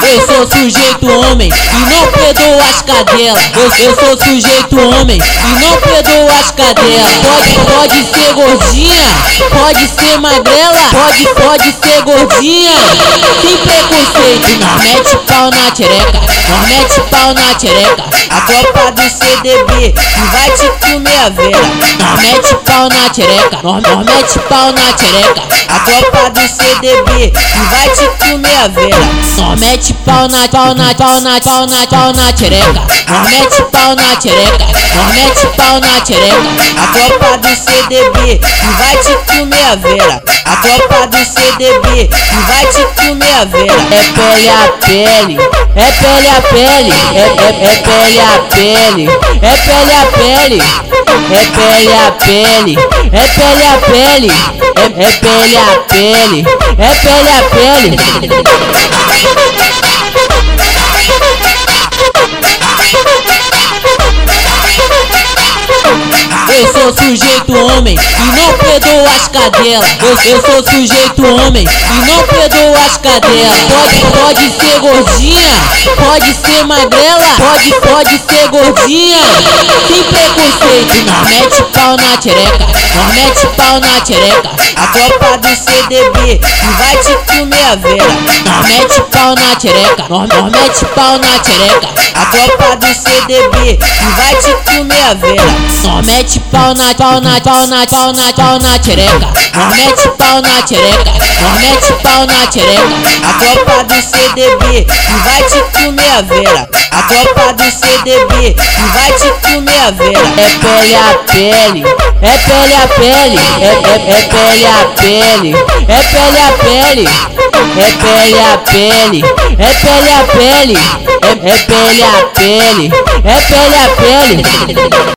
Eu sou sujeito homem e não perdoo as cadelas. Eu sou sujeito homem e não perdoo as cadelas. Pode ser gordinha, pode ser magrela, pode ser gordinha. Sem preconceito, nós mete pau na tchereca, nós mete pau na tchereca. A tropa do CDB que vai te comer a vera. Nós mete pau na tchereca, nós mete pau na tchereca. A tropa do CDB que vai te comer a vera. Nós mete pau na tchereca. Nós mete pau na tchereca. Nós mete pau na tchereca. A tropa do CDB que vai te comer a vera. A tropa do CDB que vai te comer a vera. É pele a pele, é pele a pele, é pele a pele, é pele a pele, é pele a pele, é pele a pele, é pele a pele, é pele a pele. Eu sou sujeito homem e não perdoo as cadelas. Eu sou sujeito homem e não perdoo as cadelas. Pode ser gordinha, pode ser magrela, pode ser gordinha. Sem preconceito, nós mete pau na tchereca, nós mete pau na tchereca. A tropa do CDB que vai te comer a vera. Nós mete pau na tchereca, nós mete pau na tchereca. A tropa do CDB que vai te comer a vera. Nós mete pau na tchereca. Nós mete pau na tchereca. Nós mete pau na tchereca. A tropa do CDB que vai te comer a vera. A tropa do CDB que vai te comer a vera. É pele a pele, é pele a pele, é pele a pele, é pele a pele, é pele a pele, é pele a pele, é pele a pele, é pele a pele.